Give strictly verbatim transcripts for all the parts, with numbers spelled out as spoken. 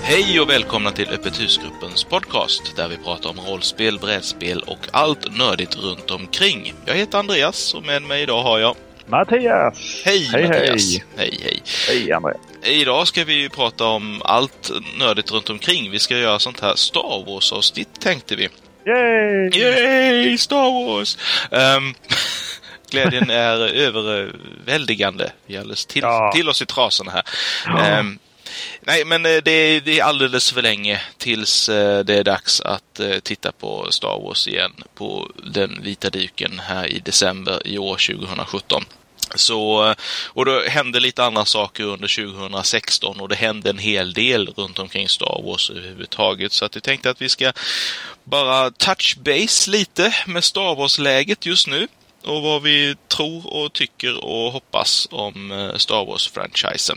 Hej och välkomna till Öppet husgruppens podcast där vi pratar om rollspel, brädspel och allt nördigt runt omkring. Jag heter Andreas och med mig idag har jag Mattias. Hej, hej Mattias. Hej hej. Hej hej Andreas. Idag ska vi prata om allt nördigt runt omkring. Vi ska göra sånt här Star Wars-avsnitt tänkte vi. Yay! Yay! Star Wars! Um, glädjen är överväldigande. Vi är alldeles till, ja. till oss i trasorna här. Ja. Um, nej, men det är, det är alldeles för länge tills det är dags att titta på Star Wars igen på den vita duken här i december i år tjugosjutton. Så, och då hände lite andra saker under tjugosexton och det hände en hel del runt omkring Star Wars överhuvudtaget. Så att jag tänkte att vi ska bara touch base lite med Star Wars-läget just nu och vad vi tror och tycker och hoppas om Star Wars-franchisen.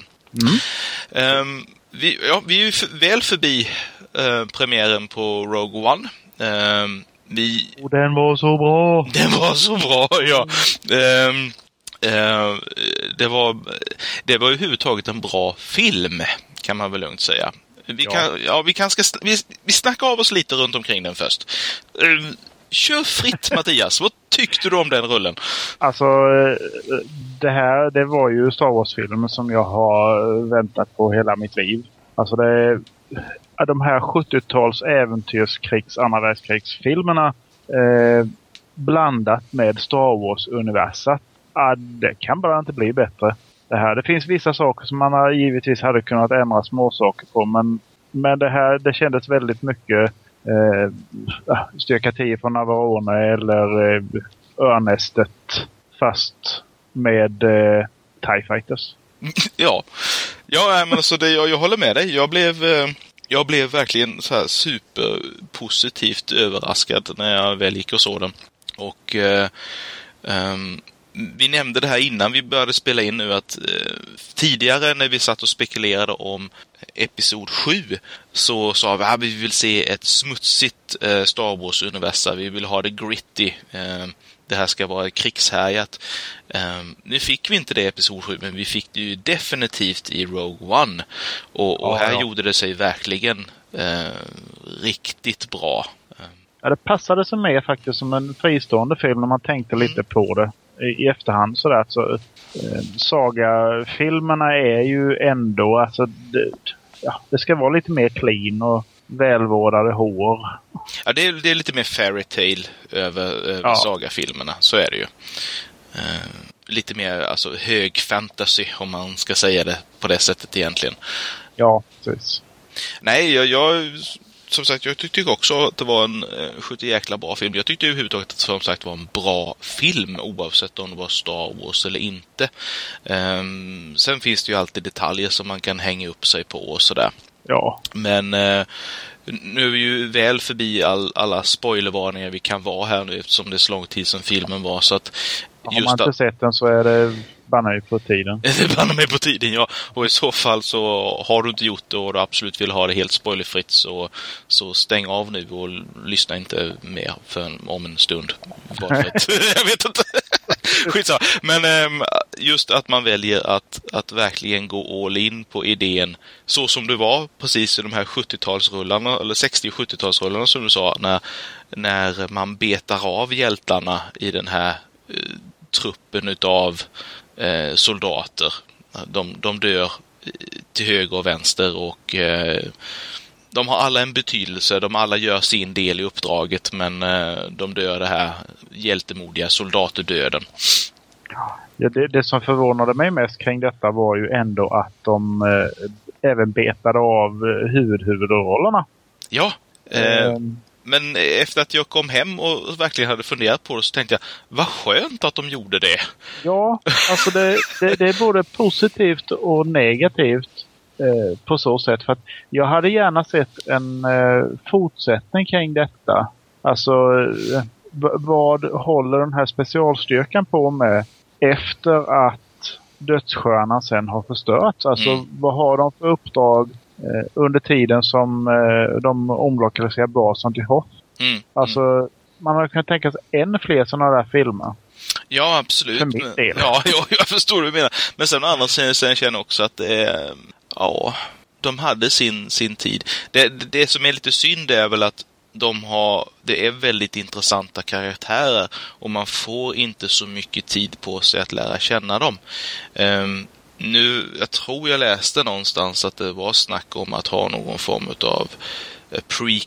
Mm. Um, vi, ja, vi är ju för, väl förbi uh, premiären på Rogue One. Um, vi... Och den var så bra. Den var så bra, ja. Um, uh, det var det var överhuvudtaget en bra film, kan man väl lugnt säga. Vi ja. kan ja vi kanske vi, vi snackar av oss lite runt omkring den först. Uh, Kör fritt Mattias, vad tyckte du om den rullen? Alltså det här, det var ju Star Wars-filmen som jag har väntat på hela mitt liv. Alltså det de här sjuttio-tals äventyrskrigs, andra världskrigsfilmerna eh, blandat med Star Wars-universat. Ah, det kan bara inte bli bättre. Det här, det finns vissa saker som man har, givetvis hade kunnat ändra små saker på, men, men det här, det kändes väldigt mycket Uh, styrka tio från Navarone eller uh, Örnästet fast med uh, TIE Fighters. Ja, ja men alltså det, jag, jag håller med dig. Jag blev, uh, jag blev verkligen så här superpositivt överraskad när jag väl gick och såg den. Och uh, um, vi nämnde det här innan vi började spela in nu att uh, tidigare när vi satt och spekulerade om episod sju så sa vi att vi vill se ett smutsigt eh, Star Wars-universum. Vi vill ha det gritty. Eh, det här ska vara krigshärjat. Eh, nu fick vi inte det i episod sju, men vi fick det ju definitivt i Rogue One. Och, och här ja, ja. gjorde det sig verkligen eh, riktigt bra. Ja, det passade sig med faktiskt som en fristående film när man tänkte mm. lite på det i, i efterhand. Sådär, så, eh, saga-filmerna är ju ändå... Alltså, det, ja, det ska vara lite mer clean och välvårdade hår. Ja, det är, det är lite mer fairy tale över, över ja. saga-filmerna. Så är det ju. Eh, lite mer alltså, hög fantasy, om man ska säga det på det sättet egentligen. Ja, precis. Nej, jag... jag som sagt, jag tyckte också att det var en eh, sjuttio jäkla bra film. Jag tyckte överhuvudtaget att det som sagt var en bra film oavsett om det var Star Wars eller inte. Um, sen finns det ju alltid detaljer som man kan hänga upp sig på och sådär. Ja. Men eh, nu är vi ju väl förbi all, alla spoilervarningar vi kan vara här nu eftersom det är så lång tid sedan filmen var. Så att har man inte att... sett den så är det banna mig på tiden. Det banna mig på tiden, ja. Och i så fall så har du inte gjort det och du absolut vill ha det helt spoilerfritt så, så stäng av nu och lyssna inte mer för en, om en stund. Bara för att, jag vet inte. Skitsamma. Men äm, just att man väljer att, att verkligen gå all in på idén så som det var precis i de här sjuttio-talsrullarna eller sextio- och sjuttio-talsrullarna som du sa när, när man betar av hjältarna i den här eh, truppen utav eh, soldater. De, de dör till höger och vänster och eh, de har alla en betydelse. De alla gör sin del i uppdraget men eh, de dör det här hjältemodiga soldaterdöden. Ja, det, det som förvånade mig mest kring detta var ju ändå att de eh, även betade av huvudhuvudrollerna. Ja, eh, mm. Men efter att jag kom hem och verkligen hade funderat på det så tänkte jag, vad skönt att de gjorde det. Ja, alltså det, det, det är både positivt och negativt eh, på så sätt. För att jag hade gärna sett en eh, fortsättning kring detta. Alltså, eh, vad håller den här specialstyrkan på med efter att dödsstjärnan sen har förstörts? Alltså, mm. vad har de för uppdrag eh, under tiden som eh, de omlokaliserar basen till Hoth? Mm. Alltså, mm. man har kunnat tänka sig ännu fler sådana där filmer. Ja, absolut. Men, ja, jag, jag förstår vad du menar. Men sen å andra sidan känner jag också att det är, ja, de hade sin, sin tid. Det, det, det som är lite synd är väl att de har, det är väldigt intressanta karaktärer och man får inte så mycket tid på sig att lära känna dem. Um, nu, jag tror jag läste någonstans att det var snack om att ha någon form av uh,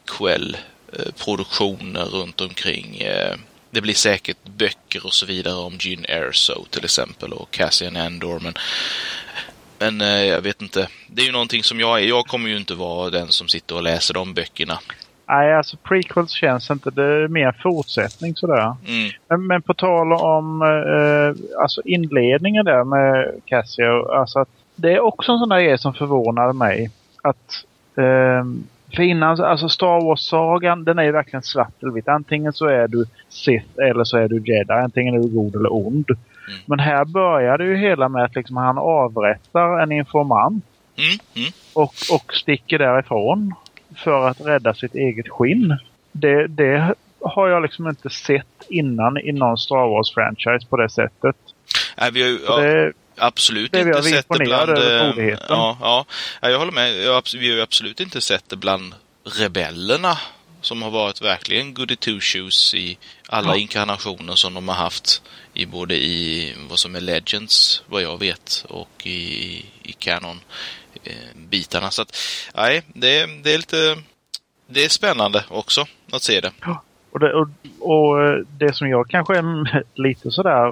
prequel-produktioner uh, runt omkring. Uh, det blir säkert böcker och så vidare om Jyn Erso till exempel och Cassian Andor, men Men uh, jag vet inte. Det är ju någonting som jag är. Jag kommer ju inte vara den som sitter och läser de böckerna. Nej, alltså prequels känns inte. Det är mer fortsättning sådär. Mm. Men, men på tal om eh, alltså inledningen där med Cassio. Alltså att det är också en sån där grej som förvånade mig. Att eh, för innan, alltså Star Wars-sagan, den är ju verkligen svartvitt. Antingen så är du Sith eller så är du Jedi. Antingen är du god eller ond. Mm. Men här började ju hela med att liksom han avrättar en informant. Mm. Mm. Och, och sticker därifrån för att rädda sitt eget skinn. Det, det har jag liksom inte sett innan i någon Star Wars-franchise på det sättet. Nej, vi har ju, ja, det, absolut det inte sett det bland... Ja, ja, jag håller med. Jag, vi har ju absolut inte sett det bland rebellerna som har varit verkligen goody two-shoes i alla ja. inkarnationer som de har haft i både i vad som är Legends, vad jag vet, och i, i Canon bitarna. Så att, nej, det, det är lite det är spännande också att se det. Och det, och, och det som jag kanske är lite sådär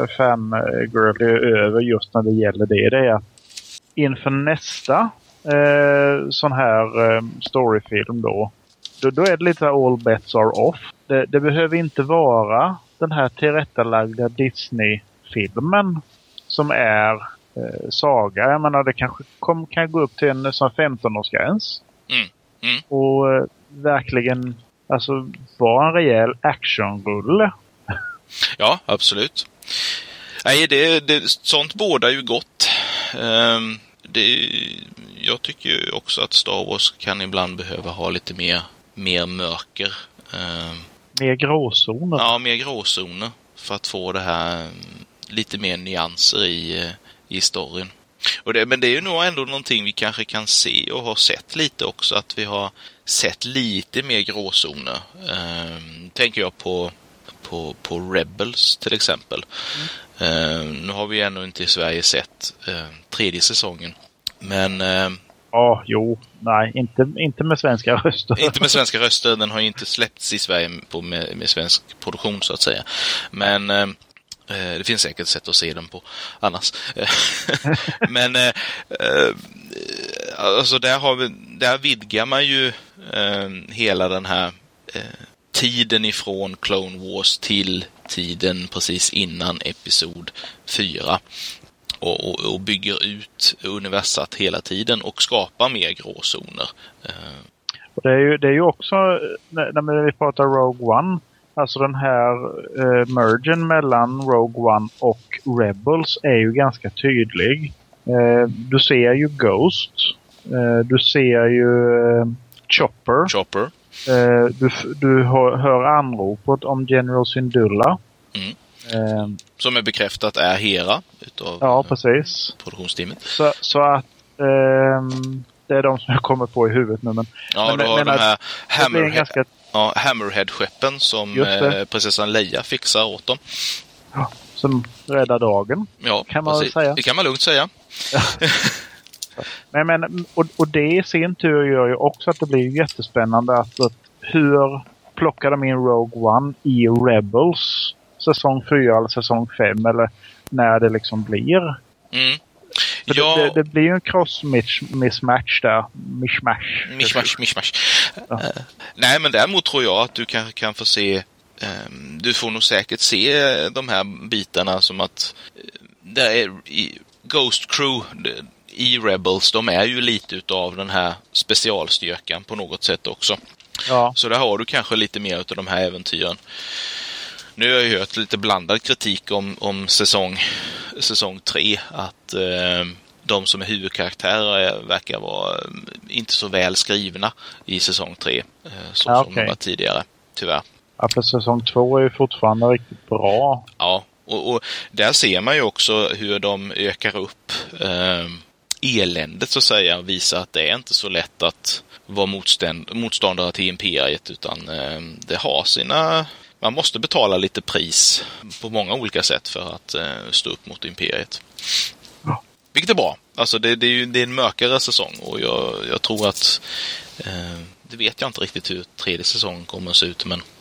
fangirly över just när det gäller det, det är att inför nästa eh, sån här eh, storyfilm då, då, då är det lite all bets are off. Det, det behöver inte vara den här tillrättalagda Disney-filmen som är eh, saga. Jag menar, det kanske kom, kan gå upp till en sån femton-årsgräns. Mm. Mm. Och eh, verkligen alltså vara en rejäl actionrulle. Ja, absolut. Nej, det, det, sånt båda ju gott. Um, det, jag tycker ju också att Star Wars kan ibland behöva ha lite mer, mer mörker. Um, mer gråzoner. Ja, mer gråzoner för att få det här lite mer nyanser i, i storyn. Och det, men det är ju nog ändå någonting vi kanske kan se och har sett lite också, att vi har sett lite mer gråzoner. Um, tänker jag på, på, på Rebels till exempel. Mm. Um, nu har vi ännu inte i Sverige sett uh, tredje säsongen. Men... Uh, ja, jo, nej, inte, inte med svenska röster. Inte med svenska röster, den har ju inte släppts i Sverige på, med, med svensk produktion så att säga. Men... Uh, det finns säkert sätt att se den på annars. Men eh, alltså där, har vi, där vidgar man ju eh, hela den här eh, tiden ifrån Clone Wars till tiden precis innan episod fyra. Och, och, och bygger ut universat hela tiden och skapar mer gråzoner. Eh. Och det är ju, det är ju också, när, när vi pratar Rogue One, alltså den här eh, mergen mellan Rogue One och Rebels är ju ganska tydlig. Eh, du ser ju Ghost. Eh, du ser ju eh, Chopper. Chopper. Eh, du du hör, hör anropet om General Syndulla. Mm. Eh, Som är bekräftat är Hera utav ja, precis. produktionsteamet. Så, så att eh, det är de som jag kommer på i huvudet nu. Men, ja, men, du har men de här Hammerhead. Ganska... Ja, Hammerhead-skeppen som eh, prinsessan Leia fixar åt dem. Ja, som räddar dagen. Ja, kan man väl säga. Det kan man lugnt säga. Ja. men, men, och, och det i sin tur gör ju också att det blir jättespännande att, att hur plockar de in Rogue One i Rebels säsong fyra eller säsong fem eller när det liksom blir. Mm. Ja. Det, det blir ju en cross-mismatch där. Mishmash. Mishmash, mishmash. Ja. Uh, nej, men däremot tror jag att du kanske kan få se... Um, du får nog säkert se de här bitarna som att... Uh, där är i Ghost Crew i Rebels, de är ju lite utav den här specialstyrkan på något sätt också. Ja. Så där har du kanske lite mer utav de här äventyren. Nu har jag ju hört lite blandad kritik om, om säsong, säsong tre. Att eh, de som är huvudkaraktärer verkar vara eh, inte så väl skrivna i säsong tre. Eh, så ja, som okay. de var tidigare, tyvärr. Ja, för säsong två är ju fortfarande riktigt bra. Ja, och, och där ser man ju också hur de ökar upp eh, eländet så att säga, visa att det är inte så lätt att vara motstånd, motståndare till imperiet, utan eh, det har sina... Man måste betala lite pris på många olika sätt för att eh, stå upp mot imperiet. Ja. Vilket är bra. Alltså det, det är ju det är en mörkare säsong, och jag, jag tror att eh, det vet jag inte riktigt hur tredje säsongen kommer att se ut, men...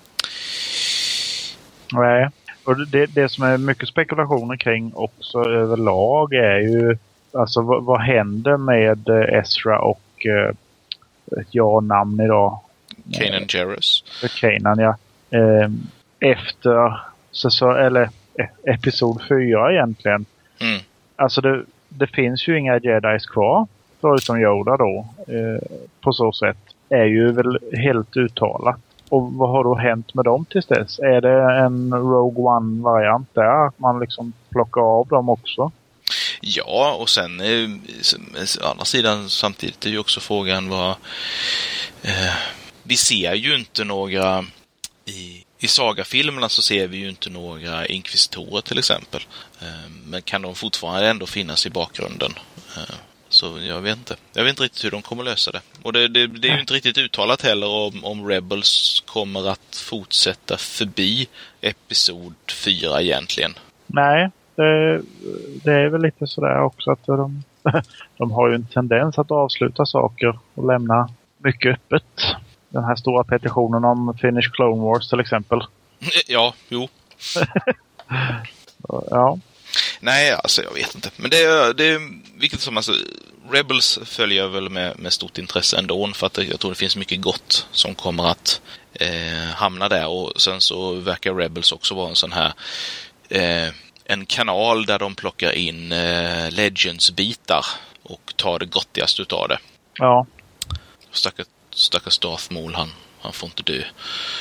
Nej, och det, det som är mycket spekulationer kring också överlag är ju alltså vad, vad händer med Ezra och eh, ett ja-namn idag? Kanan Jarrus. Kanan, ja. Eh, efter säsong, eller episod fyra egentligen. Mm. Alltså det, det finns ju inga Jedis kvar förutom Yoda då. Eh, på så sätt är ju väl helt uttalat. Och vad har då hänt med dem tills dess? Är det en Rogue One-variant där? Att man liksom plockar av dem också? Ja, och sen eh, å andra sidan samtidigt är ju också frågan vad... Eh, vi ser ju inte några... I, i sagafilmerna så ser vi ju inte några inkvisitorer till exempel. Eh, men kan de fortfarande ändå finnas i bakgrunden? Eh, så jag vet inte. Jag vet inte riktigt hur de kommer lösa det. Och det, det, det är ju inte riktigt uttalat heller om, om Rebels kommer att fortsätta förbi episod fyra egentligen. Nej, det, det är väl lite sådär också att de, de har ju en tendens att avsluta saker och lämna mycket öppet. Den här stora petitionen om Finish Clone Wars till exempel. Ja, jo. Ja. Nej, alltså jag vet inte. Men det är, det är vilket som alltså Rebels följer väl med, med stort intresse ändå, för att jag tror det finns mycket gott som kommer att eh, hamna där, och sen så verkar Rebels också vara en sån här eh, en kanal där de plockar in eh, Legends-bitar och tar det gottigaste utav det. Ja. Stackars, stackars Darth Maul, han, han får inte dö.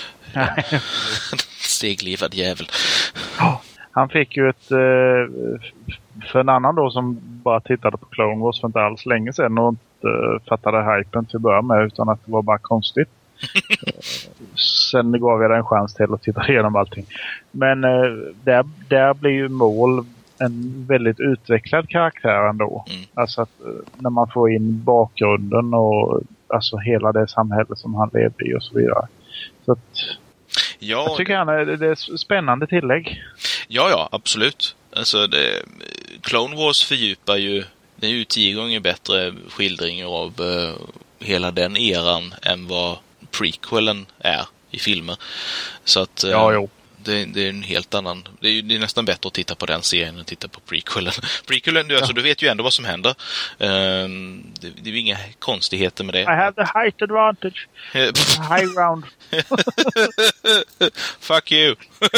Steglivad jävel. Ja. Han fick ju ett, för en annan då som bara tittade på Clone Wars för inte alls länge sedan och inte fattade hypen till att börja med, utan att det var bara konstigt. Sen gav jag den en chans till att titta igenom allting. Men där, där blir ju Maul en väldigt utvecklad karaktär ändå. Mm. Alltså att när man får in bakgrunden och alltså hela det samhälle som han levde i och så vidare. Så att ja, jag tycker han är, det är ett spännande tillägg. Ja, ja, absolut. Alltså det, Clone Wars fördjupar ju, det är ju tio gånger bättre skildringar av uh, hela den eran än vad prequelen är i filmer. Så att uh, ja, jo. Det, det är en helt annan, det är, ju, det är nästan bättre att titta på den serien än att titta på prequelen. Prequelen, du, ja. Alltså, du vet ju ändå vad som händer. Uh, det, det är ju inga konstigheter med det. I have the height advantage. High ground. Fuck you.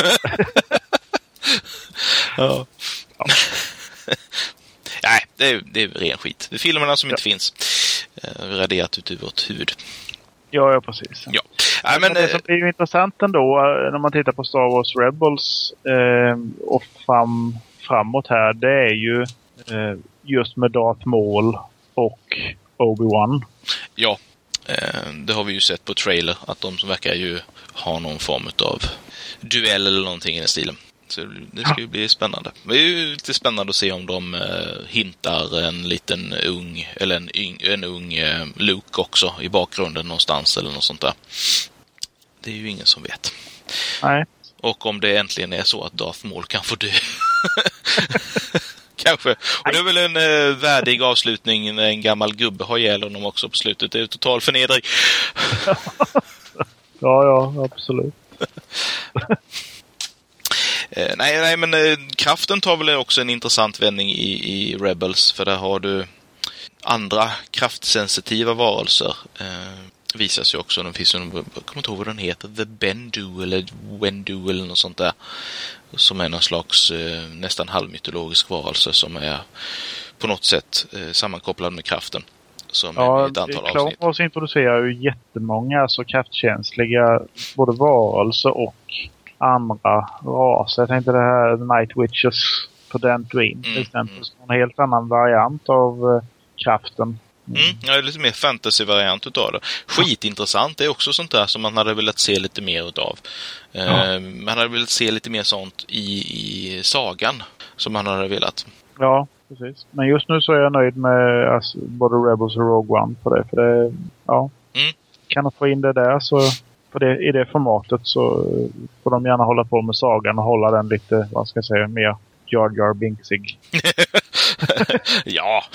Ja. Ja. Nej, det är, det är ren skit. Det är filmerna som ja. inte finns. Uh, raderat ut ur vårt huvud. Ja, ja, precis. Ja. Nej, men, men det som är ju intressant ändå när man tittar på Star Wars Rebels eh, och fram, framåt här, det är ju eh, just med Darth Maul och Obi-Wan. Ja, eh, det har vi ju sett på trailer att de som verkar ju ha någon form av duell eller någonting i den stilen. Så det ska ju bli spännande. Det är ju lite spännande att se om de eh, hintar en liten ung, eller en, yng, en ung eh, Luke också i bakgrunden någonstans eller något sånt där. Det är ju ingen som vet. Nej. Och om det äntligen är så att Darth Maul kan få dö. Kanske. Och det är väl en eh, värdig avslutning när en gammal gubbe har ihjäl honom också på slutet. Det är total förnedring. Ja, ja, absolut. Eh, nej, nej, men eh, kraften tar väl också en intressant vändning i, i Rebels, för där har du andra kraftsensitiva varelser. Eh, visas ju också, de finns ju, jag kommer inte ihåg vad den heter, The Bendu eller Wendu eller något sånt där, som är någon slags eh, nästan halvmytologisk varelse som är på något sätt eh, sammankopplad med kraften. Som ja, är ett antal Clone avsnitt. Wars introducerar ju jättemånga alltså kraftkänsliga både varelser och andra raser. Jag tänkte det här Night Witches på Dantooine till exempel. Mm. En helt annan variant av uh, kraften. Mm. Mm, ja, lite mer fantasy-variant utav det. Skitintressant. Det är också sånt där som man hade velat se lite mer utav. Ja. Uh, man hade velat se lite mer sånt i, i sagan som man hade velat. Ja, precis. Men just nu så är jag nöjd med alltså, både Rebels och Rogue One på det. För det, ja. Mm. Kan de få in det där så på det, i det formatet så får de gärna hålla på med sagan och hålla den lite, vad ska jag säga, mer Jar Jar Binksig. Ja.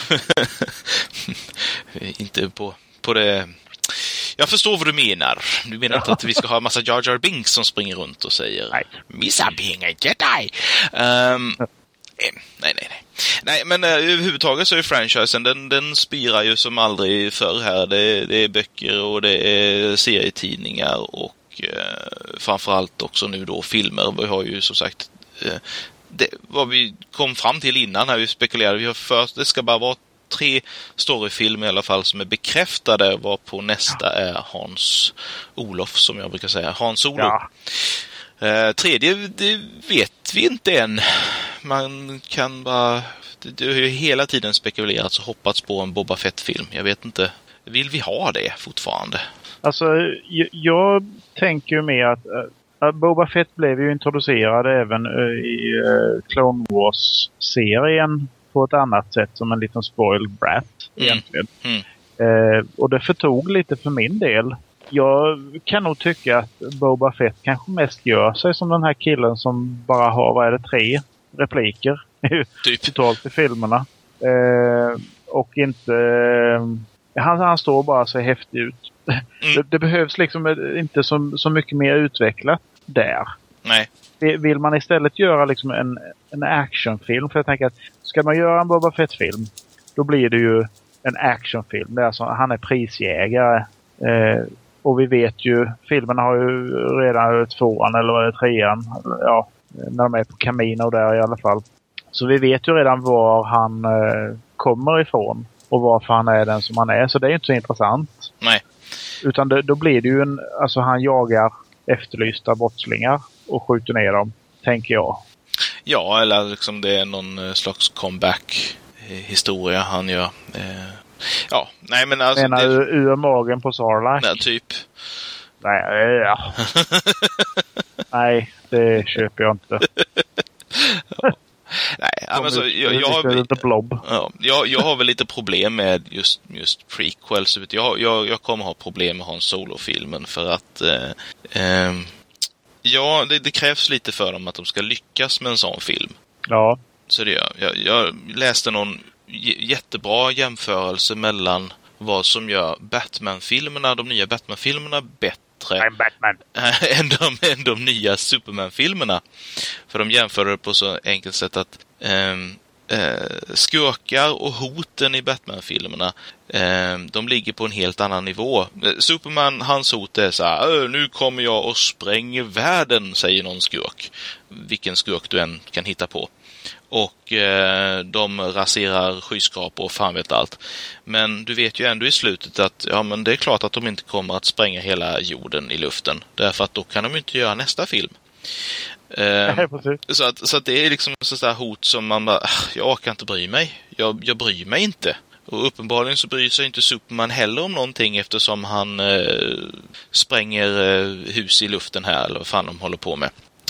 Inte på, på det... Jag förstår vad du menar. Du menar inte att vi ska ha en massa Jar Jar Binks som springer runt och säger nej. Missa being a Jedi. Um, nej, nej, nej. Nej, men uh, överhuvudtaget så är franchisen, den, den spirar ju som aldrig förr här. Det, det är böcker och det är serietidningar och uh, framförallt också nu då filmer. Vi har ju som sagt uh, det, vad vi kom fram till innan här vi spekulerade. Vi har först, det ska bara vara tre storyfilmer i alla fall som är bekräftade, var på nästa är Hans Olof som jag brukar säga. Hans Olof. Ja. Eh, tredje, det vet vi inte än. Man kan bara... Det, det har ju hela tiden spekulerats och hoppats på en Boba Fett-film. Jag vet inte. Vill vi ha det fortfarande? Alltså, jag, jag tänker ju med att äh, Boba Fett blev ju introducerad även äh, i äh, Clone Wars-serien på ett annat sätt, som en liten spoiled brat egentligen. Mm. Mm. Eh, och det förtog lite för min del. Jag kan nog tycka att Boba Fett kanske mest gör sig som den här killen som bara har, vad är det, tre repliker typ. Totalt i filmerna. Eh, och inte... Eh, han, han står bara så häftig ut. Mm. Det, det behövs liksom inte så, så mycket mer utvecklat där. Nej. Vill man istället göra liksom en, en actionfilm, för jag tänker att ska man göra en Boba Fett-film, då blir det ju en actionfilm. Det är alltså, han är prisjägare. Eh, och vi vet ju, filmen har ju redan tvåan eller trean, ja, när de är på Camino där i alla fall. Så vi vet ju redan var han eh, kommer ifrån och varför han är den som han är. Så det är ju inte så intressant. Nej. Utan det, då blir det ju en, alltså han jagar efterlysta brottslingar och skjuter ner dem, tänker jag. Ja, eller liksom det är någon slags comeback-historia han gör. Eh, ja, nej men alltså... Menar du det... ur magen på Sarlacc? Nej, typ. Nej, ja. Nej, det köper jag inte. Ja. Nej, men så, jag, jag, har, ja, jag, jag har väl lite problem med just, just prequels. Jag, jag, jag kommer ha problem med Hans Solo-filmen för att eh, eh, ja, det, det krävs lite för dem att de ska lyckas med en sån film. Ja. Så det gör jag. Jag läste någon j- jättebra jämförelse mellan vad som gör Batman-filmerna, de nya Batman-filmerna bättre I'm Batman. än, de, än de nya Superman-filmerna. För de jämför det på så enkelt sätt att eh, eh, skurkar och hoten i Batman-filmerna eh, de ligger på en helt annan nivå. Superman, hans hot är så här: nu kommer jag och spränger världen, säger någon skurk. Vilken skurk du än kan hitta på. Och eh, de raserar skyskrapor och fan vet allt. Men du vet ju ändå i slutet att ja, men det är klart att de inte kommer att spränga hela jorden i luften. Därför att då kan de inte göra nästa film. Eh, så, att, så att det är liksom en sån där hot som man bara, jag orkar inte bry mig. Jag, jag bryr mig inte. Och uppenbarligen så bryr sig inte Superman heller om någonting eftersom han eh, spränger eh, hus i luften här eller vad fan de håller på med.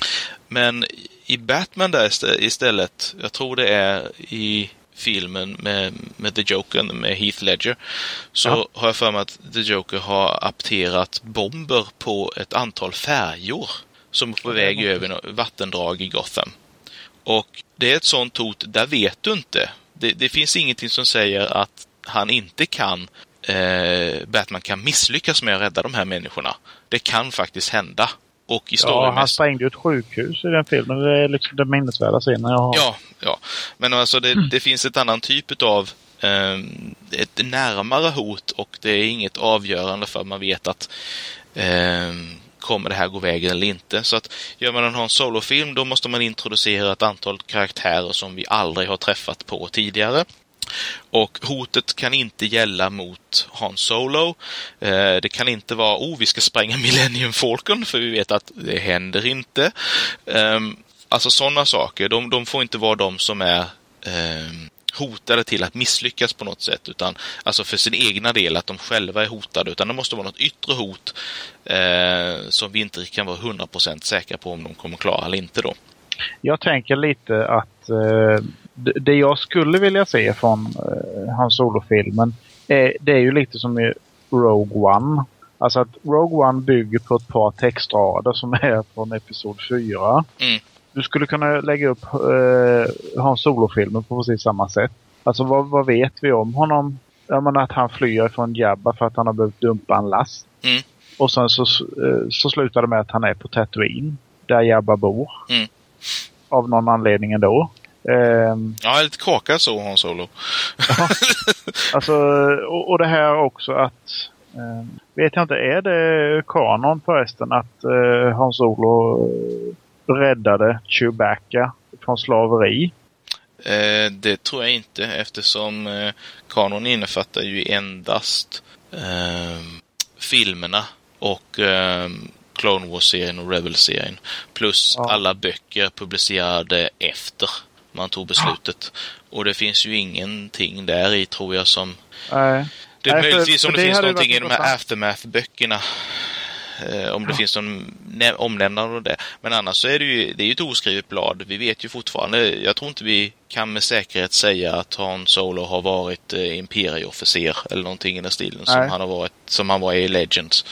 Men i Batman där istället, jag tror det är i filmen med, med The Joker, med Heath Ledger, så ja. har jag för mig att The Joker har apterat bomber på ett antal färjor som är på väg över vattendrag i Gotham. Och det är ett sånt hot, där vet du inte. Det, det finns ingenting som säger att han inte kan, eh, Batman kan misslyckas med att rädda de här människorna. Det kan faktiskt hända. Och i ja, han sprängde ju ett sjukhus i den filmen. Det är liksom det minnesvärda scenen jag har. Ja, ja. Men alltså det, mm. det finns ett annan typ av eh, ett närmare hot och det är inget avgörande för att man vet att eh, kommer det här gå vägen eller inte. Så att gör man en Han Solo-film, då måste man introducera ett antal karaktärer som vi aldrig har träffat på tidigare. Och hotet kan inte gälla mot Han Solo. Eh, det kan inte vara, oh vi ska spränga Millennium Falcon, för vi vet att det händer inte. Eh, alltså sådana saker, de, de får inte vara de som är eh, hotade till att misslyckas på något sätt, utan alltså för sin egna del att de själva är hotade, utan det måste vara något yttre hot eh, som vi inte kan vara hundra procent säkra på om de kommer klara eller inte då. Jag tänker lite att eh, det, det jag skulle vilja se från uh, hans solofilmen är, det är ju lite som i Rogue One. Alltså att Rogue One bygger på ett par textrader som är från episod fyra. Mm. Du skulle kunna lägga upp uh, hans solofilmen på precis samma sätt. Alltså vad, vad vet vi om honom? Jag menar att han flyr från Jabba för att han har behövt dumpa en last. Mm. Och sen så, så slutar det med att han är på Tatooine, där Jabba bor. Mm. Av någon anledning ändå. Um, ja, lite kaka så Han Solo. Ja. Alltså, och, och det här också att... Um, vet jag inte, är det kanon förresten att uh, Han Solo räddade Chewbacca från slaveri? Eh, det tror jag inte, eftersom eh, kanon innefattar ju endast eh, filmerna och eh, Clone Wars-serien och Rebels-serien. Plus ja. alla böcker publicerade efter man tog beslutet. Ja. Och det finns ju ingenting där i, tror jag, som... Nej. Det är Nej, möjligtvis för, om för det, det finns någonting i de här sant. Aftermath-böckerna. Eh, om det ja. finns någon omnämnande av det. Men annars så är det ju, det är ju ett oskrivet blad. Vi vet ju fortfarande, jag tror inte vi kan med säkerhet säga att Han Solo har varit eh, imperieofficer eller någonting i den stilen som han har varit, som han var i Legends.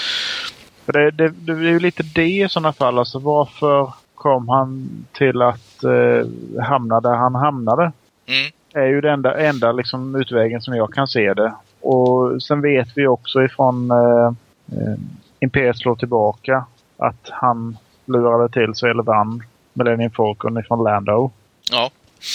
För det, det, det är ju lite det i sådana fall. Alltså varför kom han till att eh, hamna där han hamnade? Mm. Är ju den enda, enda liksom utvägen som jag kan se det. Och sen vet vi också ifrån eh, eh, Imperiet slår tillbaka att han lurade till sig eller vann Millennium Falcon ifrån Lando. Ja.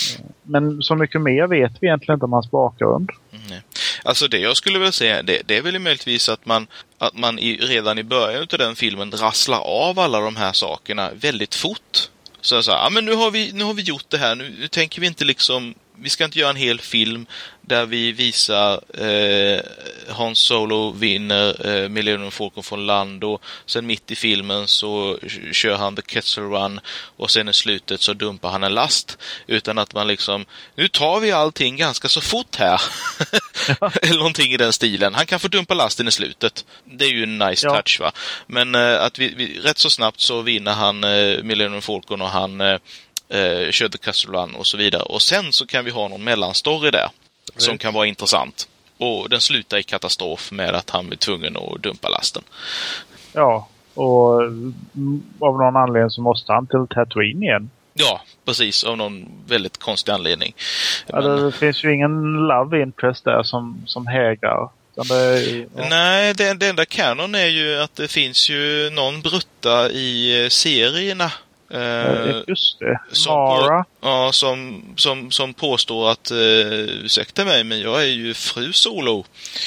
Men så mycket mer vet vi egentligen inte om hans bakgrund. Mm. Alltså det jag skulle vilja säga, det, det är väl möjligtvis att man, att man i, redan i början av den filmen rasslar av alla de här sakerna väldigt fort. Så så, ja men nu har vi, nu har vi gjort det här, nu, nu tänker vi inte liksom, vi ska inte göra en hel film där vi visar eh, Han Solo vinner eh, Millennium Falcon från Lando. Sen mitt i filmen så kör han The Kessel Run och sen i slutet så dumpar han en last. Utan att man liksom, nu tar vi allting ganska så fort här. Eller någonting i den stilen. Han kan få dumpa lasten i slutet. Det är ju en nice ja. touch va. Men eh, att vi, vi, rätt så snabbt så vinner han eh, Millennium Falcon och han eh, eh, kör The Kessel Run och så vidare. Och sen så kan vi ha någon mellanstory där. Som kan vara intressant. Och den slutar i katastrof med att han blir tvungen att dumpa lasten. Ja, och av någon anledning så måste han till Tatooine igen. Ja, precis. Av någon väldigt konstig anledning. Ja, Men... Det finns ju ingen love interest där som, som hägrar. Det, ja. Nej, det, det enda kanon är ju att det finns ju någon brutta i serierna. Uh, Just det, som Mara. På, ja, som, som, som påstår att uh, ursäkta mig, men jag är ju fru Solo.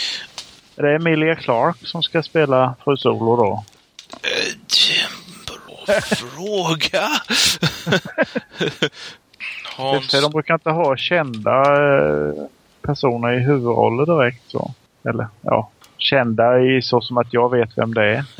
Det är Emilia Clarke som ska spela fru Solo då. Uh, bra fråga. Hans... De brukar inte ha kända uh, personer i huvudroller direkt så. Eller ja, kända i så som att jag vet vem det är.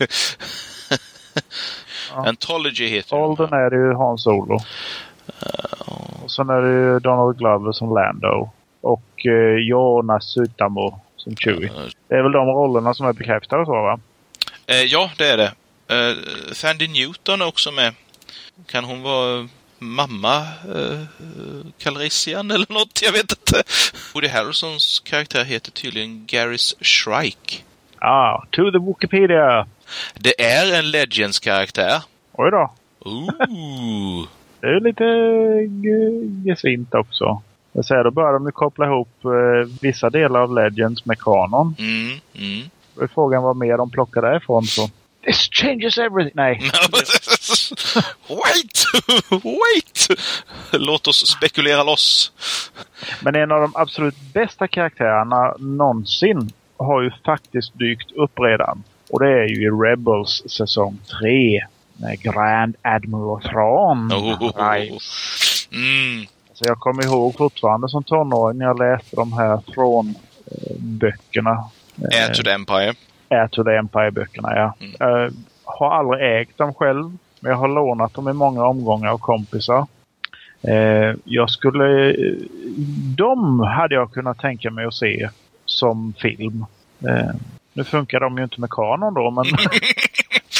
Ja. Anthology heter Åldern är det ju Han Solo. Uh, och sen är det ju Donald Glover som Lando. Och uh, Jonas Sutamo som Chewie. Uh, det är väl de rollerna som är bekräftade så va? Uh, ja, det är det. Uh, Thandie Newton är också med. Kan hon vara mamma uh, Calrissian eller något? Jag vet inte. Woody Harrelsons karaktär heter tydligen Garrus Shrike. Ah, to the Wikipedia. Det är en Legends-karaktär. Oj då. Ooh. Det är lite gesvint också. Jag säger, då börjar de ju koppla ihop eh, vissa delar av Legends med kanon. Mm, mm. Frågan var mer de plockade därifrån så. This changes everything. Nej. No. Wait! Wait! Låt oss spekulera loss. Men en av de absolut bästa karaktärerna någonsin har ju faktiskt dykt upp redan. Och det är ju i Rebels säsong tre. Med Grand Admiral Thrawn. Oh, oh, oh. Mm. Så jag kommer ihåg fortfarande som tonåring när jag läste de här Thrawn-böckerna. Heir to the Empire. Heir to the Empire-böckerna, ja. Mm. Jag har aldrig ägt dem själv. Men jag har lånat dem i många omgångar av kompisar. Jag skulle... De hade jag kunnat tänka mig att se som film. Nu funkar de ju inte med kanon då, men...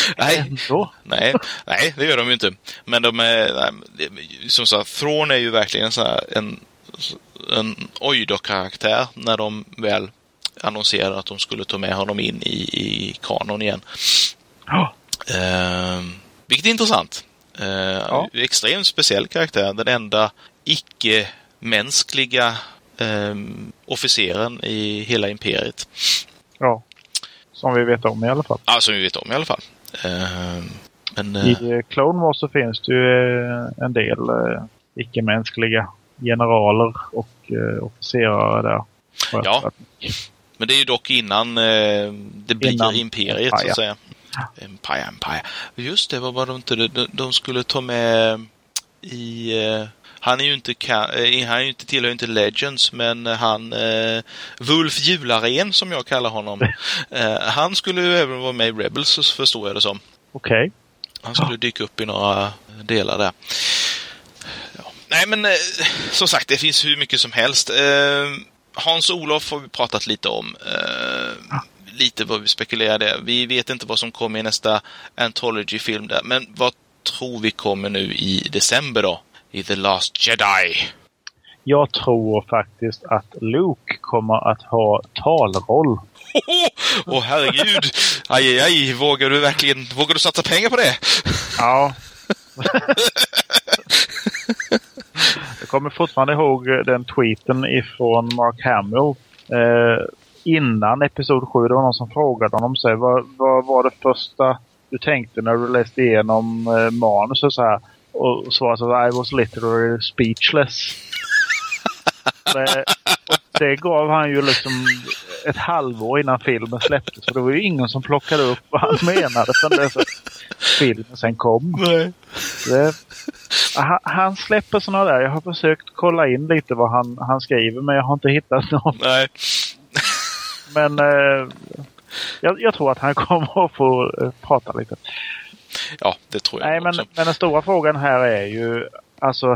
Nej, Ändå. nej, nej, det gör de ju inte. Men de är, som sagt, Thrawn är ju verkligen så här en, en oj-då-karaktär när de väl annonserade att de skulle ta med honom in i, i kanon igen. Oh. Eh, vilket är intressant. Eh, ja. Extremt speciell karaktär. Den enda icke-mänskliga eh, officeren i hela imperiet. Ja, som vi vet om i alla fall. Ja, som vi vet om i alla fall. Uh, men, uh... I Clone Wars så finns det ju en del uh, icke-mänskliga generaler och uh, officerare där. Ja, men det är ju dock innan uh, det blir innan imperiet Empire. Så att säga. Empire, Empire. Just det, vad var det inte? De, de skulle ta med i... Uh... Han är ju inte, han är ju inte tillhör inte Legends, men han eh, Wolf Jularen som jag kallar honom. eh, han skulle ju även vara med i Rebels, förstår jag det som. Okej. Okay. Han skulle dyka upp i några delar där. Ja. Nej, men eh, som sagt, det finns hur mycket som helst. Eh, Hans-Olof har vi pratat lite om. Eh, lite vad vi spekulerade. Vi vet inte vad som kommer i nästa Anthology-film där. Men vad tror vi kommer nu i december då? I The Last Jedi. Jag tror faktiskt att Luke kommer att ha talroll. Åh oh, herregud. Aj, aj, aj. Vågar du verkligen, vågar du satsa pengar på det? Ja. Jag kommer fortfarande ihåg den tweeten ifrån Mark Hamill. Eh, innan episod sju, det var någon som frågade honom sig, vad, vad var det första du tänkte när du läste igenom eh, manus och så här? Och svarade så I was literally speechless. det, det gav han ju liksom ett halvår innan filmen släpptes. För det var ju ingen som plockade upp vad han menade förrän dess att filmen sen kom. Nej. Det, han, han släpper såna där. Jag har försökt kolla in lite vad han, han skriver, men jag har inte hittat något. Nej. Men eh, jag, jag tror att han kommer att få eh, prata lite. Ja, det tror jag. Nej, men, också. men den stora frågan här är ju alltså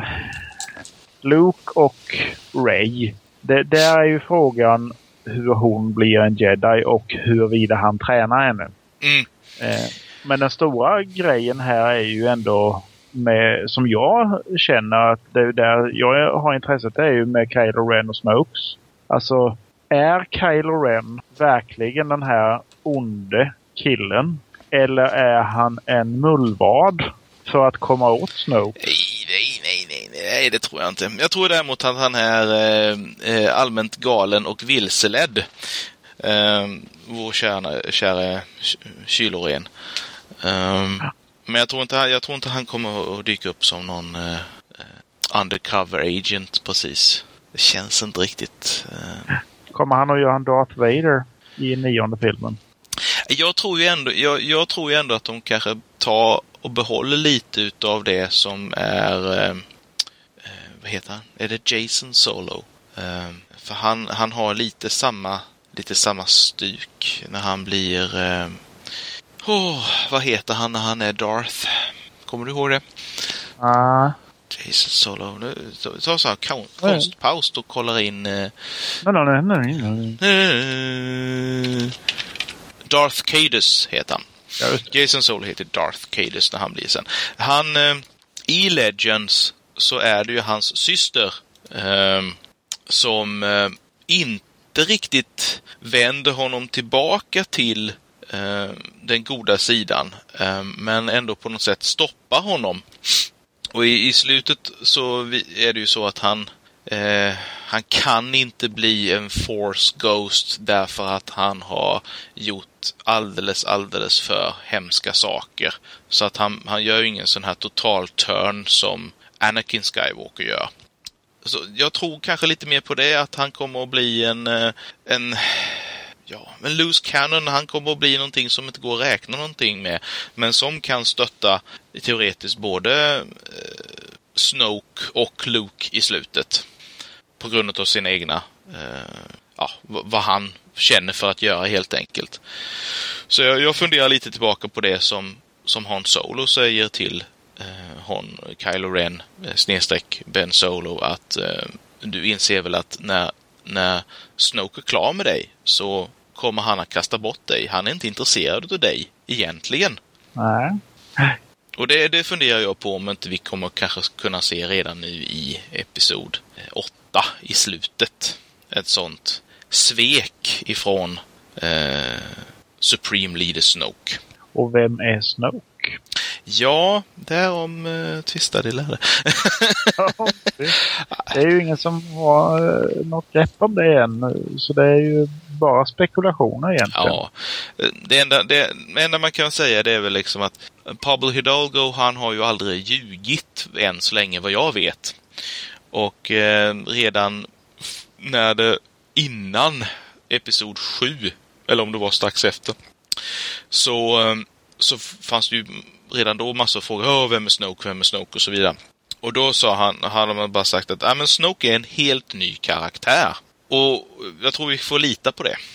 Luke och Rey. Det, det är ju frågan hur hon blir en Jedi och huruvida han tränar henne. Mm. Eh, men den stora grejen här är ju ändå med, som jag känner att det är där jag har intresset, det är ju med Kylo Ren och Smokes. Alltså, är Kylo Ren verkligen den här onde killen? Eller är han en mullvad för att komma åt Snoke? Nej, nej, nej, nej, nej, det tror jag inte. Jag tror däremot att han är eh, allmänt galen och vilseledd. Eh, vår kära, kära Kylo-Ren. Eh, men jag tror, inte, jag tror inte han kommer att dyka upp som någon eh, undercover agent precis. Det känns inte riktigt. Eh. Kommer han att göra en Darth Vader i nionde filmen? Jag tror ju ändå, jag, jag tror ju ändå att de kanske tar och behåller lite utav det som är eh, vad heter han? Är det Jason Solo? Eh, för han, han har lite samma lite samma stuk när han blir eh, oh, vad heter han när han är Darth? Kommer du ihåg det? Ja. Uh. Jason Solo. Nu ta så här konstpaus och kollar in eh, nej, nej, nej, nej. Eh, Darth Caedus heter han. Ja, Jason Solo heter Darth Caedus när han blir sen. Han, eh, i Legends så är det ju hans syster eh, som eh, inte riktigt vänder honom tillbaka till eh, den goda sidan. Eh, men ändå på något sätt stoppar honom. Och i, i slutet så är det ju så att han Eh, han kan inte bli en Force Ghost därför att han har gjort alldeles, alldeles för hemska saker. Så att han, han gör ju ingen sån här total turn som Anakin Skywalker gör. Så jag tror kanske lite mer på det, att han kommer att bli en, en ja, en loose cannon. Han kommer att bli någonting som inte går att räkna någonting med, men som kan stötta teoretiskt både eh, Snoke och Luke i slutet. På grund av sina egna, eh, ja, vad han känner för att göra helt enkelt. Så jag, jag funderar lite tillbaka på det som, som Han Solo säger till eh, hon, Kylo Ren, eh, snedstreck Ben Solo, att eh, du inser väl att när, när Snoke är klar med dig så kommer han att kasta bort dig. Han är inte intresserad av dig egentligen. Nej. Och det, det funderar jag på om inte vi kommer kanske kunna se redan nu i episod åtta i slutet. Ett sånt svek ifrån eh, Supreme Leader Snoke. Och vem är Snoke? Ja, därom uh, tvistade lärde. Ja, det, det är ju ingen som har uh, något grepp om det än. Så det är ju bara spekulationer egentligen. Ja, det enda, det, det enda man kan säga det är väl liksom att Pablo Hidalgo, han har ju aldrig ljugit än så länge vad jag vet. Och eh, redan när det innan episod sju, eller om det var strax efter, så, eh, så fanns det ju redan då massor av frågor. Vem är Snoke, vem är Snoke och så vidare. Och då sa han, han har bara sagt att ah, men Snoke är en helt ny karaktär. Och jag tror vi får lita på det.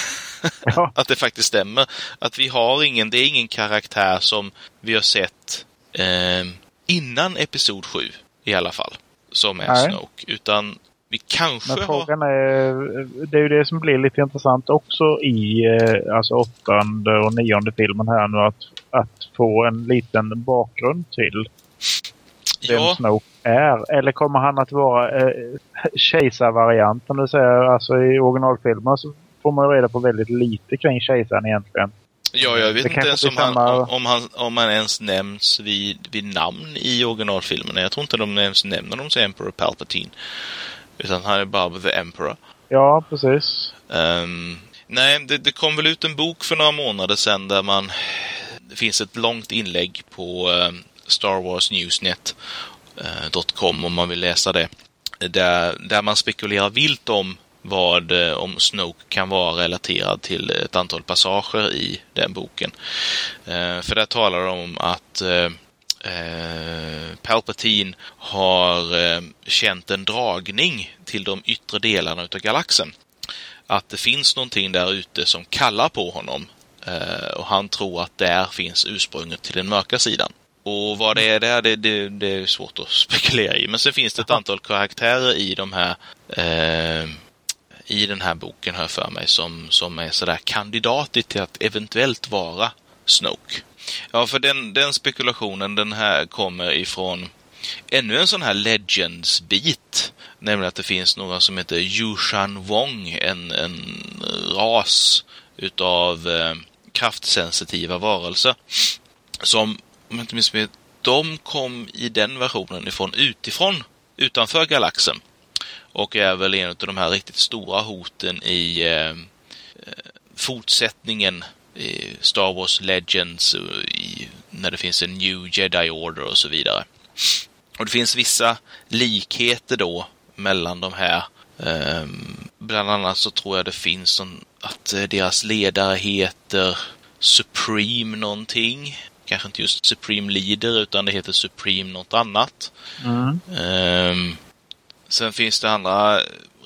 Ja. Att det faktiskt stämmer. Att vi har ingen, det är ingen karaktär som vi har sett eh, innan episod sju i alla fall. Som är Nej. Snoke. Utan vi kanske Men frågan har... är, det är ju det som blir lite intressant också i alltså åttonde och nionde filmen här nu. Att, att få en liten bakgrund till vem ja. Snoke är. Eller kommer han att vara eh, kejsarvarianten? Du säger, alltså i originalfilmer så får man reda på väldigt lite kring kejsaren egentligen. Ja, jag vet det inte ens om, samma... han, om, han, om han ens nämns vid, vid namn i originalfilmerna. Jag tror inte de ens nämner dem som Emperor Palpatine. Utan han är bara The Emperor. Ja, precis. Um, nej, det, det kom väl ut en bok för några månader sedan där man... Det finns ett långt inlägg på uh, Star Wars Newsnet dot com om man vill läsa det. Där, där man spekulerar vilt om vad om Snoke kan vara relaterad till ett antal passager i den boken. Uh, för där talar de om att uh, uh, Palpatine har uh, känt en dragning till de yttre delarna utav galaxen. Att det finns någonting där ute som kallar på honom. Uh, och han tror att där finns ursprunget till den mörka sidan. Och vad det är där, det, det, det är svårt att spekulera i. Men så finns det ett antal karaktärer i de här uh, i den här boken här för mig som, som är sådär kandidater till att eventuellt vara Snoke. Ja, för den, den spekulationen, den här kommer ifrån ännu en sån här Legends-bit. Nämligen att det finns några som heter Yushan Wong, en, en ras utav eh, kraftsensitiva varelser. Som, om jag inte minns med, de kom i den versionen ifrån utifrån, utanför galaxen. Och är väl en av de här riktigt stora hoten i eh, fortsättningen i Star Wars Legends, i, när det finns en New Jedi Order och så vidare. Och det finns vissa likheter då mellan de här. Eh, bland annat så tror jag det finns en, att deras ledare heter Supreme någonting. Kanske inte just Supreme Leader utan det heter Supreme något annat. Mm. Eh, Sen finns det andra,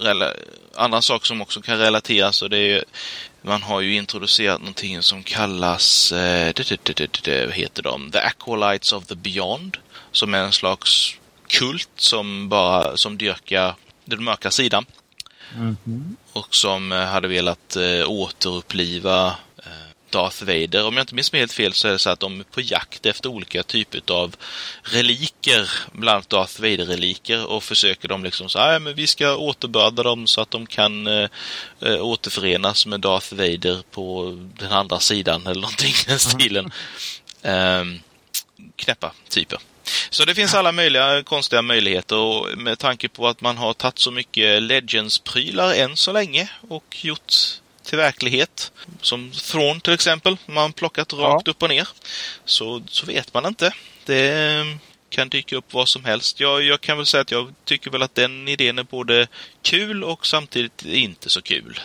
andra saker som också kan relateras. Och det är ju, man har ju introducerat någonting som kallas, eh, det, det, det, det, det heter de, The Acolytes of the Beyond. Som är en slags kult som bara som dyrkar den mörka sidan. Mm-hmm. Och som hade velat eh, återuppliva eh, Darth Vader. Om jag inte minns mig helt fel så är det så att de är på jakt efter olika typer av reliker, bland annat Darth Vader-reliker, och försöker de liksom så här, men vi ska återbörda dem så att de kan eh, återförenas med Darth Vader på den andra sidan eller någonting i den stilen. Eh, knäppa typer. Så det finns alla möjliga konstiga möjligheter, och med tanke på att man har tagit så mycket Legends-prylar än så länge och gjort till verklighet, som Thrawn till exempel, man plockat rakt ja. upp och ner, så, så vet man inte. Det kan dyka upp vad som helst. Jag, jag kan väl säga att jag tycker väl att den idén är både kul och samtidigt inte så kul.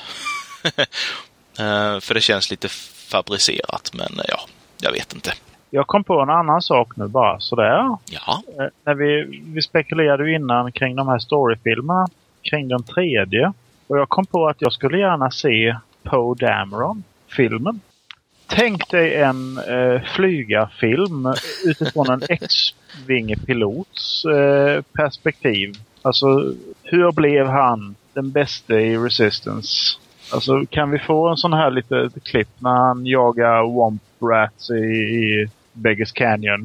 uh, för det känns lite fabricerat, men ja, jag vet inte. Jag kom på en annan sak nu bara, sådär. Ja. Uh, när vi, vi spekulerade ju innan kring de här storyfilmerna, kring den tredje. Och jag kom på att jag skulle gärna se Poe Dameron-filmen. Tänk dig en eh, flygarfilm utifrån en X-Wing-pilots eh, perspektiv. Alltså, hur blev han den bästa i Resistance? Alltså, kan vi få en sån här lite klipp när han jagar Womp Rats i, i Beggars Canyon.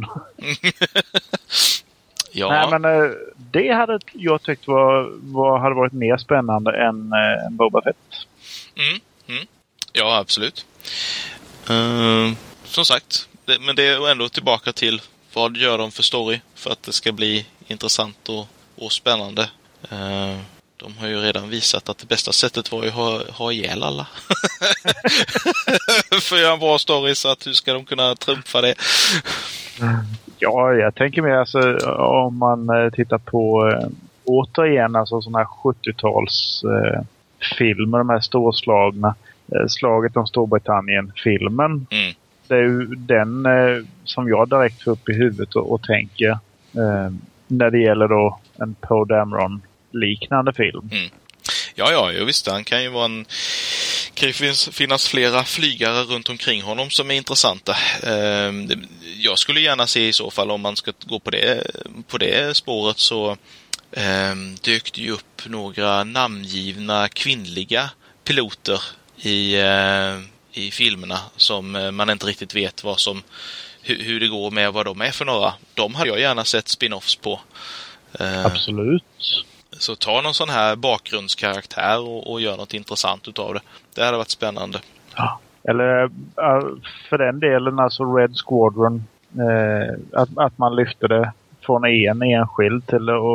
Ja. Nej, men uh, det hade jag tyckt var, var, hade varit mer spännande än, uh, än Boba Fett. Mm, mm. Ja, absolut. Uh, som sagt, det, men det är ändå tillbaka till vad gör de för story för att det ska bli intressant och, och spännande. Uh, de har ju redan visat att det bästa sättet var ju att ha, ha ihjäl alla. För att göra en bra story, så att hur ska de kunna trumfa det? Ja, jag tänker mer alltså, om man tittar på äh, återigen alltså sådana här sjuttio-tals äh, filmer, de här storslagna äh, slaget om Storbritannien-filmen. Mm. Det är ju den äh, som jag direkt får upp i huvudet och, och tänker äh, när det gäller då en Poe Dameron-liknande film. Mm. Ja, ja, jag visste. Han kan ju vara en... kan ju finnas, finnas flera flygare runt omkring honom som är intressanta. Eh, jag skulle gärna se i så fall, om man ska gå på det, på det spåret, så eh, dök det ju upp några namngivna kvinnliga piloter i, eh, i filmerna som man inte riktigt vet vad som, hur, hur det går med vad de är för några. De hade jag gärna sett spin-offs på. Eh, Absolut. Så ta någon sån här bakgrundskaraktär och, och gör något intressant utav det. Det hade varit spännande. Ja. Eller för den delen, alltså Red Squadron, eh, att, att man lyfte det från en enskild till att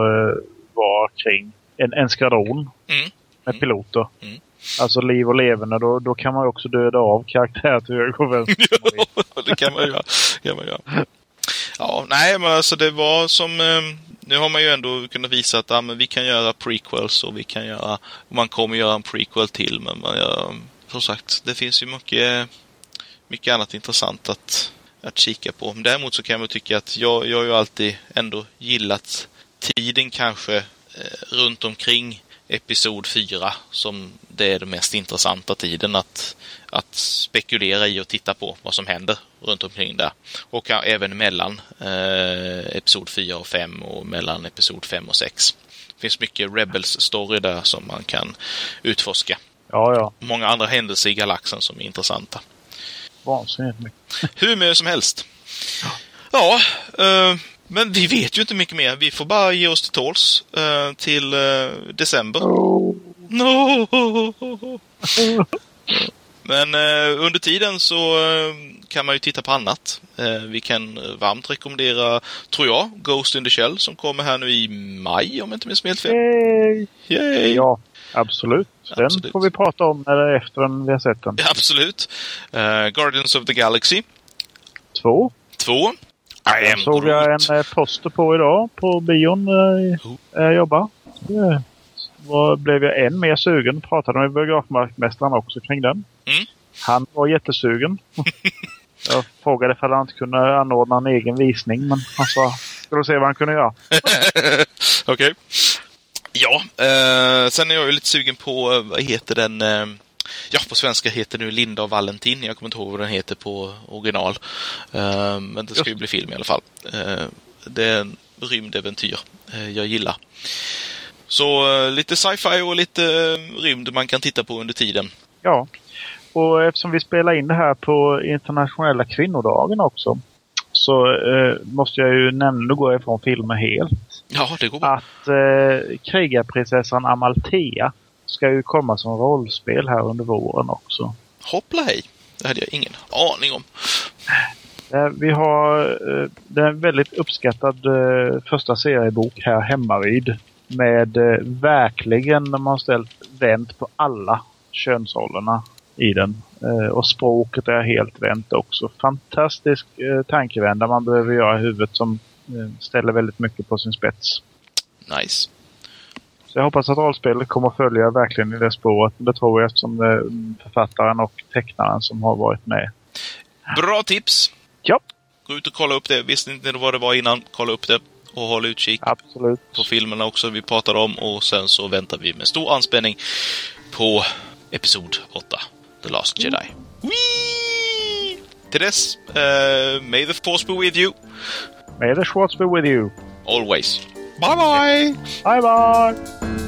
vara kring en, en skadron mm. med mm. piloter. Mm. Alltså liv och levande, då, då kan man också döda av karaktär till höger och vänster. Ja, det kan man göra. Kan man göra. Ja, nej, men alltså det var som... Eh, nu har man ju ändå kunnat visa att ah, men vi kan göra prequels och vi kan göra... Och man kommer göra en prequel till, men man gör, som sagt, det finns ju mycket, mycket annat intressant att, att kika på. Men däremot så kan man tycka att jag, jag har ju alltid ändå gillat tiden kanske eh, runt omkring episod fyra som det är den mest intressanta tiden att, att spekulera i och titta på vad som händer runt omkring där. Och även mellan eh, episod fyra och fem och mellan episod fem och sex. Det finns mycket Rebels story där som man kan utforska. Ja, ja. Många andra händelser i galaxen som är intressanta. Vansinnigt mycket. Hur mycket som helst. Ja, eh, men vi vet ju inte mycket mer. Vi får bara ge oss till tåls eh, till eh, december. Oh. No. Men eh, under tiden så eh, kan man ju titta på annat. Eh, vi kan varmt rekommendera, tror jag, Ghost in the Shell som kommer här nu i maj, om jag inte minns helt fel. Yay. Yay. Ja, absolut. Den absolut. får vi prata om när det är efter den vi har sett den. Absolut. Uh, Guardians of the Galaxy. Två. Två. I Den am såg Groot. jag en poster på idag på bion där Oh. jag jobbar. Det var, blev jag än mer sugen. Pratade med biografmarkmästaren också kring den. Mm. Han var jättesugen. Jag frågade ifall han inte kunde anordna en egen visning, men han sa, ska du se vad han kunde göra. Okej. Okay. Ja, eh, sen är jag ju lite sugen på, vad heter den... Eh, ja, på svenska heter nu Linda och Valentin. Jag kommer inte ihåg vad den heter på original. Eh, men det ska ju bli film i alla fall. Eh, det är en rymdäventyr eh, jag gillar. Så eh, lite sci-fi och lite eh, rymd man kan titta på under tiden. Ja, och eftersom vi spelar in det här på internationella kvinnodagen också, så eh, måste jag ju nämna, gå ifrån filmer helt. Ja, det går bra. Att eh, krigarprinsessan Amalthea ska ju komma som rollspel här under våren också. Hoppla hej. Det hade jag ingen aning om. Eh, vi har eh, den väldigt uppskattad eh, första seriebok här hemmavid. Med eh, verkligen när man ställt vänt på alla könsrollerna i den. Eh, och språket är helt vänt också. Fantastisk eh, tankevända man behöver göra i huvudet som eh, ställer väldigt mycket på sin spets. Nice. Så jag hoppas att rollspelet kommer att följa verkligen i det spåret. Det tror jag eftersom det är författaren och tecknaren som har varit med. Bra tips. Ja. Gå ut och kolla upp det. Visste inte vad det var innan. Kolla upp det. Och håll utkik Absolut. på filmerna också vi pratade om. Och sen så väntar vi med stor anspänning på episod åtta. The Last Jedi. Mm. Whee! Till dess, uh, may the force be with you. May the Schwartz be with you. Always. Bye bye! Bye bye!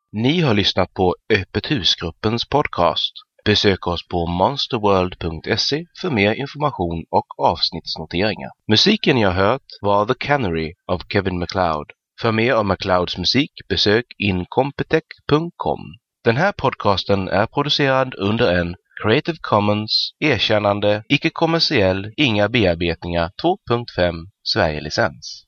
Ni har lyssnat på Öppet husgruppens podcast. Besök oss på monsterworld punkt se för mer information och avsnittsnoteringar. Musiken ni har hört var The Canary av Kevin MacLeod. För mer av MacLeods musik besök incompetech punkt com. Den här podcasten är producerad under en Creative Commons erkännande, icke-kommersiell, inga bearbetningar två punkt fem Sverige-licens.